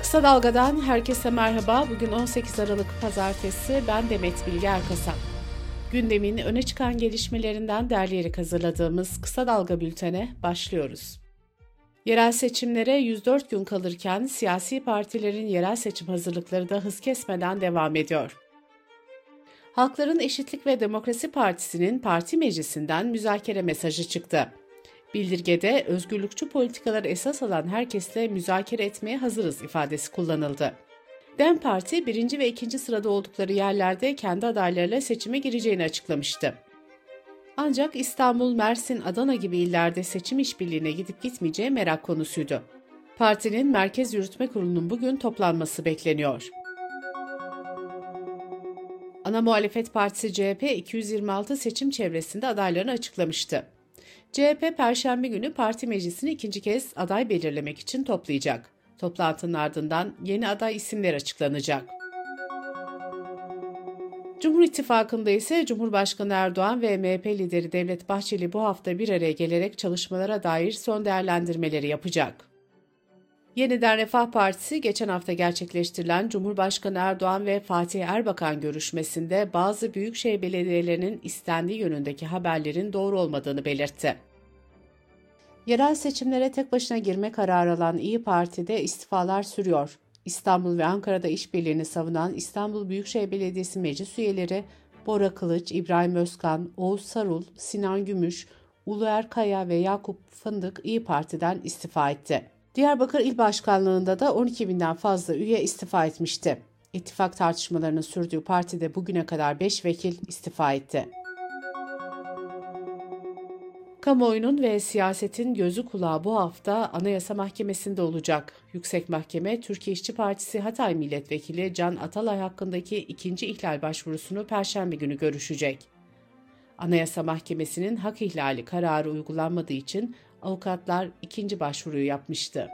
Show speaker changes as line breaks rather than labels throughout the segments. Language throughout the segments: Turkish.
Kısa Dalga'dan herkese merhaba. Bugün 18 Aralık Pazartesi. Ben Demet Bilge Erkasap. Gündemin öne çıkan gelişmelerinden derleyerek hazırladığımız Kısa Dalga bültene başlıyoruz. Yerel seçimlere 104 gün kalırken siyasi partilerin yerel seçim hazırlıkları da hız kesmeden devam ediyor. Halkların Eşitlik ve Demokrasi Partisi'nin parti meclisinden müzakere mesajı çıktı. Bildirgede özgürlükçü politikaları esas alan herkesle müzakere etmeye hazırız ifadesi kullanıldı. DEM Parti 1. ve 2. sırada oldukları yerlerde kendi adaylarıyla seçime gireceğini açıklamıştı. Ancak İstanbul, Mersin, Adana gibi illerde seçim işbirliğine gidip gitmeyeceği merak konusuydu. Partinin Merkez Yürütme Kurulu'nun bugün toplanması bekleniyor. Ana Muhalefet Partisi CHP 226 seçim çevresinde adaylarını açıklamıştı. CHP Perşembe günü parti meclisini ikinci kez aday belirlemek için toplayacak. Toplantının ardından yeni aday isimler açıklanacak. Cumhur İttifakı'nda ise Cumhurbaşkanı Erdoğan ve MHP lideri Devlet Bahçeli bu hafta bir araya gelerek çalışmalara dair son değerlendirmeleri yapacak. Yeniden Refah Partisi geçen hafta gerçekleştirilen Cumhurbaşkanı Erdoğan ve Fatih Erbakan görüşmesinde bazı büyükşehir belediyelerinin istendiği yönündeki haberlerin doğru olmadığını belirtti. Yerel seçimlere tek başına girme kararı alan İYİ Parti'de istifalar sürüyor. İstanbul ve Ankara'da işbirliğini savunan İstanbul Büyükşehir Belediyesi meclis üyeleri Bora Kılıç, İbrahim Özkan, Oğuz Sarul, Sinan Gümüş, Uluer Kaya ve Yakup Fındık İYİ Parti'den istifa etti. Diyarbakır İl Başkanlığı'nda da 12 binden fazla üye istifa etmişti. İttifak tartışmalarının sürdüğü partide bugüne kadar 5 vekil istifa etti. Kamuoyunun ve siyasetin gözü kulağı bu hafta Anayasa Mahkemesi'nde olacak. Yüksek Mahkeme, Türkiye İşçi Partisi Hatay Milletvekili Can Atalay hakkındaki ikinci ihlal başvurusunu Perşembe günü görüşecek. Anayasa Mahkemesi'nin hak ihlali kararı uygulanmadığı için avukatlar ikinci başvuruyu yapmıştı.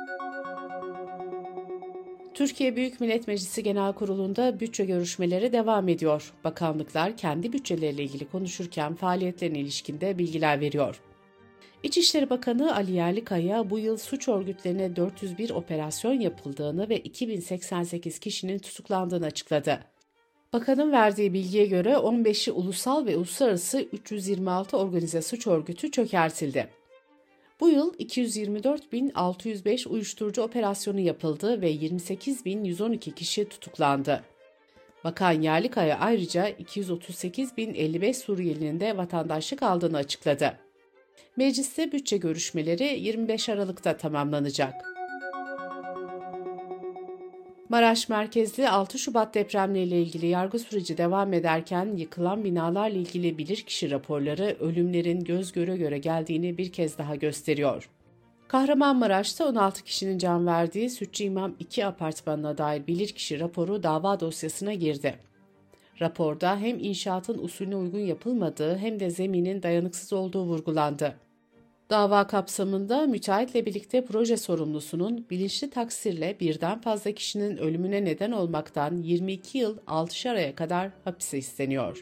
Türkiye Büyük Millet Meclisi Genel Kurulu'nda bütçe görüşmeleri devam ediyor. Bakanlıklar kendi bütçeleriyle ilgili konuşurken faaliyetlerine ilişkinde bilgiler veriyor. İçişleri Bakanı Ali Yerlikaya bu yıl suç örgütlerine 401 operasyon yapıldığını ve 2088 kişinin tutuklandığını açıkladı. Bakanın verdiği bilgiye göre 15'i ulusal ve uluslararası 326 organize suç örgütü çökertildi. Bu yıl 224.605 uyuşturucu operasyonu yapıldı ve 28.112 kişi tutuklandı. Bakan Yerlikaya ayrıca 238.055 Suriyelinin de vatandaşlık aldığını açıkladı. Mecliste bütçe görüşmeleri 25 Aralık'ta tamamlanacak. Maraş merkezli 6 Şubat depremleriyle ilgili yargı süreci devam ederken yıkılan binalarla ilgili bilirkişi raporları ölümlerin göz göre göre geldiğini bir kez daha gösteriyor. Kahramanmaraş'ta 16 kişinin can verdiği Sütçü İmam 2 apartmanına dair bilirkişi raporu dava dosyasına girdi. Raporda hem inşaatın usulüne uygun yapılmadığı hem de zeminin dayanıksız olduğu vurgulandı. Dava kapsamında müteahhitle birlikte proje sorumlusunun bilinçli taksirle birden fazla kişinin ölümüne neden olmaktan 22 yıl 6 aya kadar hapse isteniyor.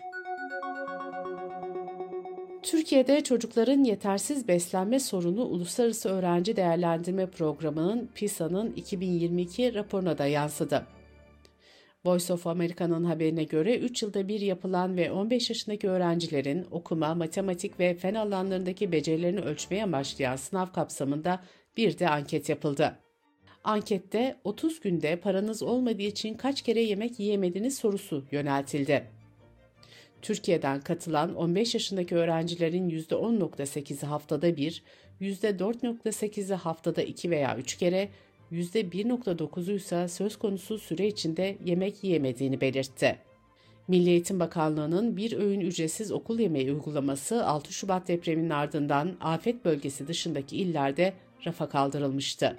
Türkiye'de çocukların yetersiz beslenme sorunu Uluslararası Öğrenci Değerlendirme Programı'nın PISA'nın 2022 raporuna da yansıdı. Voice of America'nın haberine göre 3 yılda bir yapılan ve 15 yaşındaki öğrencilerin okuma, matematik ve fen alanlarındaki becerilerini ölçmeye amaçlayan sınav kapsamında bir de anket yapıldı. Ankette 30 günde paranız olmadığı için kaç kere yemek yiyemediniz sorusu yöneltildi. Türkiye'den katılan 15 yaşındaki öğrencilerin %10.8'i haftada bir, %4.8'i haftada 2 veya 3 kere, %1.9'u ise söz konusu süre içinde yemek yiyemediğini belirtti. Milli Eğitim Bakanlığı'nın bir öğün ücretsiz okul yemeği uygulaması 6 Şubat depreminin ardından afet bölgesi dışındaki illerde rafa kaldırılmıştı.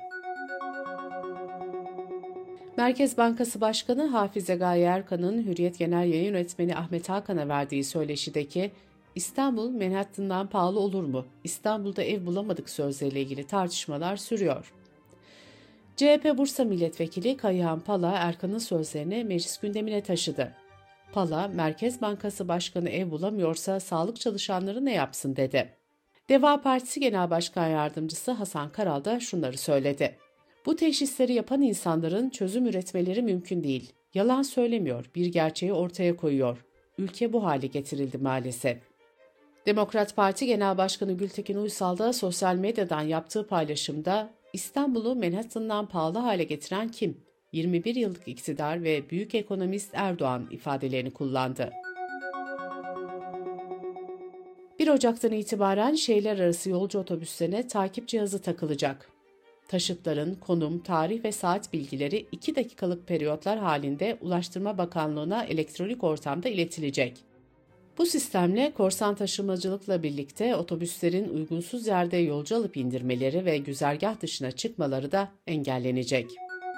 Merkez Bankası Başkanı Hafize Gaye Erkan'ın Hürriyet Genel Yayın Yönetmeni Ahmet Hakan'a verdiği söyleşideki "İstanbul Manhattan'dan pahalı olur mu? İstanbul'da ev bulamadık" sözleriyle ilgili tartışmalar sürüyor. CHP Bursa Milletvekili Kayıhan Pala, Erkan'ın sözlerini meclis gündemine taşıdı. Pala, Merkez Bankası Başkanı ev bulamıyorsa sağlık çalışanları ne yapsın dedi. Deva Partisi Genel Başkan Yardımcısı Hasan Karal da şunları söyledi. Bu teşhisleri yapan insanların çözüm üretmeleri mümkün değil. Yalan söylemiyor, bir gerçeği ortaya koyuyor. Ülke bu hale getirildi maalesef. Demokrat Parti Genel Başkanı Gültekin Uysal da sosyal medyadan yaptığı paylaşımda İstanbul'u Manhattan'dan pahalı hale getiren kim? 21 yıllık iktidar ve büyük ekonomist Erdoğan ifadelerini kullandı. 1 Ocak'tan itibaren şehirler arası yolcu otobüslerine takip cihazı takılacak. Taşıtların konum, tarih ve saat bilgileri 2 dakikalık periyotlar halinde Ulaştırma Bakanlığı'na elektronik ortamda iletilecek. Bu sistemle korsan taşımacılıkla birlikte otobüslerin uygunsuz yerde yolcu alıp indirmeleri ve güzergah dışına çıkmaları da engellenecek.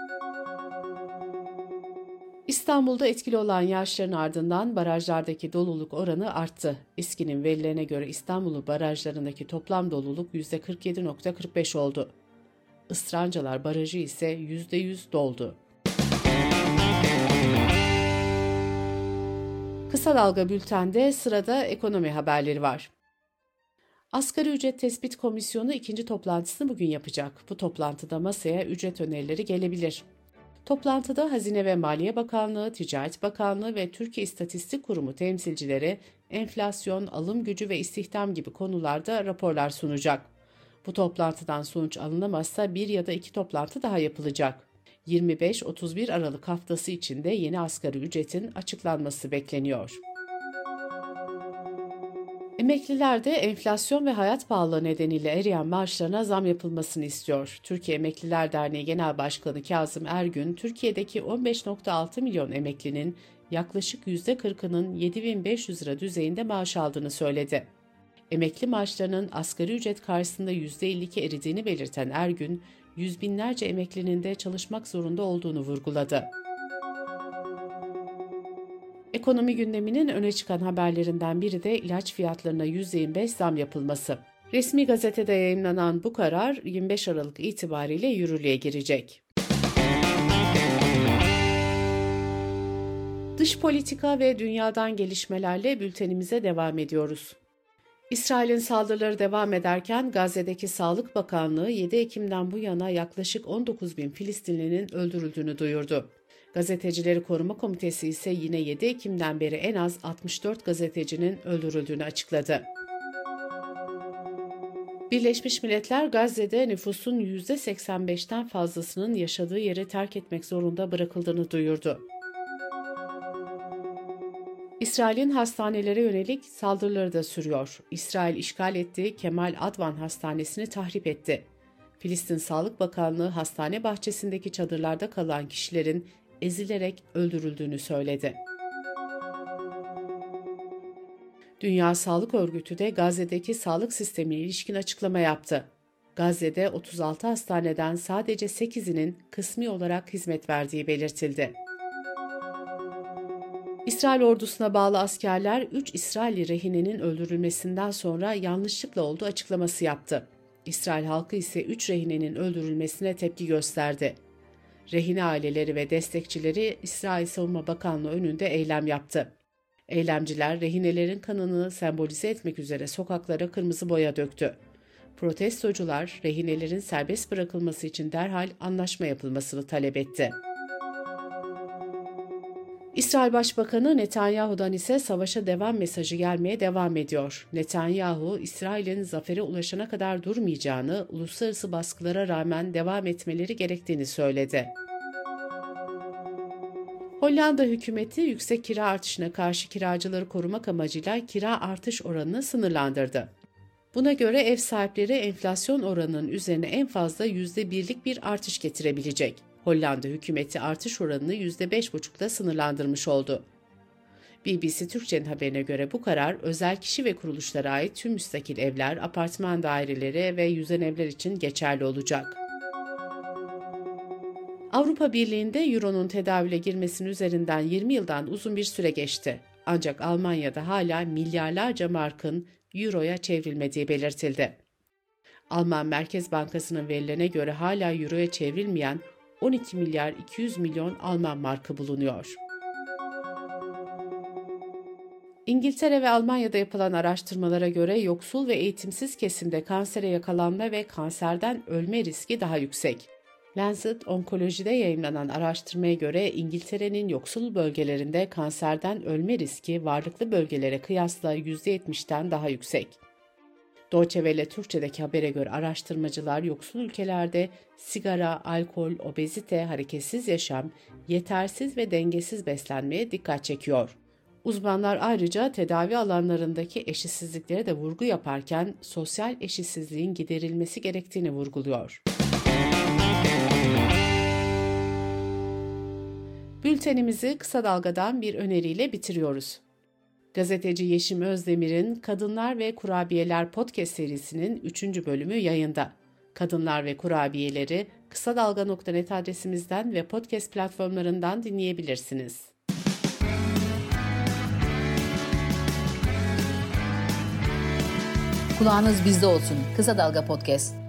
İstanbul'da etkili olan yağışların ardından barajlardaki doluluk oranı arttı. İSKİ'nin verilerine göre İstanbul barajlarındaki toplam doluluk %47,45 oldu. Israncalar Barajı ise %100 doldu. Kısa Dalga Bülten'de sırada ekonomi haberleri var. Asgari Ücret Tespit Komisyonu ikinci toplantısını bugün yapacak. Bu toplantıda masaya ücret önerileri gelebilir. Toplantıda Hazine ve Maliye Bakanlığı, Ticaret Bakanlığı ve Türkiye İstatistik Kurumu temsilcileri enflasyon, alım gücü ve istihdam gibi konularda raporlar sunacak. Bu toplantıdan sonuç alınamazsa bir ya da iki toplantı daha yapılacak. 25-31 Aralık haftası içinde yeni asgari ücretin açıklanması bekleniyor. Emekliler de enflasyon ve hayat pahalılığı nedeniyle eriyen maaşlarına zam yapılmasını istiyor. Türkiye Emekliler Derneği Genel Başkanı Kazım Ergün, Türkiye'deki 15,6 milyon emeklinin yaklaşık %40'ının 7.500 lira düzeyinde maaş aldığını söyledi. Emekli maaşlarının asgari ücret karşısında %52 eridiğini belirten Ergün, yüz binlerce emeklinin de çalışmak zorunda olduğunu vurguladı. Ekonomi gündeminin öne çıkan haberlerinden biri de ilaç fiyatlarına %25 zam yapılması. Resmi gazetede yayımlanan bu karar 25 Aralık itibariyle yürürlüğe girecek. Dış politika ve dünyadan gelişmelerle bültenimize devam ediyoruz. İsrail'in saldırıları devam ederken Gazze'deki Sağlık Bakanlığı 7 Ekim'den bu yana yaklaşık 19 bin Filistinlinin öldürüldüğünü duyurdu. Gazetecileri Koruma Komitesi ise yine 7 Ekim'den beri en az 64 gazetecinin öldürüldüğünü açıkladı. Birleşmiş Milletler Gazze'de nüfusun %85'ten fazlasının yaşadığı yeri terk etmek zorunda bırakıldığını duyurdu. İsrail'in hastanelere yönelik saldırıları da sürüyor. İsrail işgal ettiği Kemal Advan Hastanesi'ni tahrip etti. Filistin Sağlık Bakanlığı hastane bahçesindeki çadırlarda kalan kişilerin ezilerek öldürüldüğünü söyledi. Dünya Sağlık Örgütü de Gazze'deki sağlık sistemine ilişkin açıklama yaptı. Gazze'de 36 hastaneden sadece 8'inin kısmi olarak hizmet verdiği belirtildi. İsrail ordusuna bağlı askerler 3 İsrailli rehinenin öldürülmesinden sonra yanlışlıkla olduğu açıklaması yaptı. İsrail halkı ise 3 rehinenin öldürülmesine tepki gösterdi. Rehine aileleri ve destekçileri İsrail Savunma Bakanlığı önünde eylem yaptı. Eylemciler rehinelerin kanını sembolize etmek üzere sokaklara kırmızı boya döktü. Protestocular rehinelerin serbest bırakılması için derhal anlaşma yapılmasını talep etti. İsrail Başbakanı Netanyahu'dan ise savaşa devam mesajı gelmeye devam ediyor. Netanyahu, İsrail'in zafere ulaşana kadar durmayacağını, uluslararası baskılara rağmen devam etmeleri gerektiğini söyledi. Hollanda hükümeti yüksek kira artışına karşı kiracıları korumak amacıyla kira artış oranını sınırlandırdı. Buna göre ev sahipleri enflasyon oranının üzerine en fazla %1'lik bir artış getirebilecek. Hollanda hükümeti artış oranını %5,5'la sınırlandırmış oldu. BBC Türkçe'nin haberine göre bu karar özel kişi ve kuruluşlara ait tüm müstakil evler, apartman daireleri ve yüzen evler için geçerli olacak. Avrupa Birliği'nde Euro'nun tedavüle girmesinin üzerinden 20 yıldan uzun bir süre geçti. Ancak Almanya'da hala milyarlarca markın Euro'ya çevrilmediği belirtildi. Alman Merkez Bankası'nın verilerine göre hala Euro'ya çevrilmeyen 12 milyar 200 milyon Alman markı bulunuyor. İngiltere ve Almanya'da yapılan araştırmalara göre yoksul ve eğitimsiz kesimde kansere yakalanma ve kanserden ölme riski daha yüksek. Lancet Onkolojide yayınlanan araştırmaya göre İngiltere'nin yoksul bölgelerinde kanserden ölme riski varlıklı bölgelere kıyasla %70'ten daha yüksek. Deutsche Welle Türkçe'deki habere göre araştırmacılar yoksul ülkelerde sigara, alkol, obezite, hareketsiz yaşam, yetersiz ve dengesiz beslenmeye dikkat çekiyor. Uzmanlar ayrıca tedavi alanlarındaki eşitsizliklere de vurgu yaparken sosyal eşitsizliğin giderilmesi gerektiğini vurguluyor. Bültenimizi kısa dalgadan bir öneriyle bitiriyoruz. Gazeteci Yeşim Özdemir'in Kadınlar ve Kurabiyeler podcast serisinin 3. bölümü yayında. Kadınlar ve Kurabiyeleri kısa dalga.net adresimizden ve podcast platformlarından dinleyebilirsiniz.
Kulağınız bizde olsun. Kısa Dalga Podcast.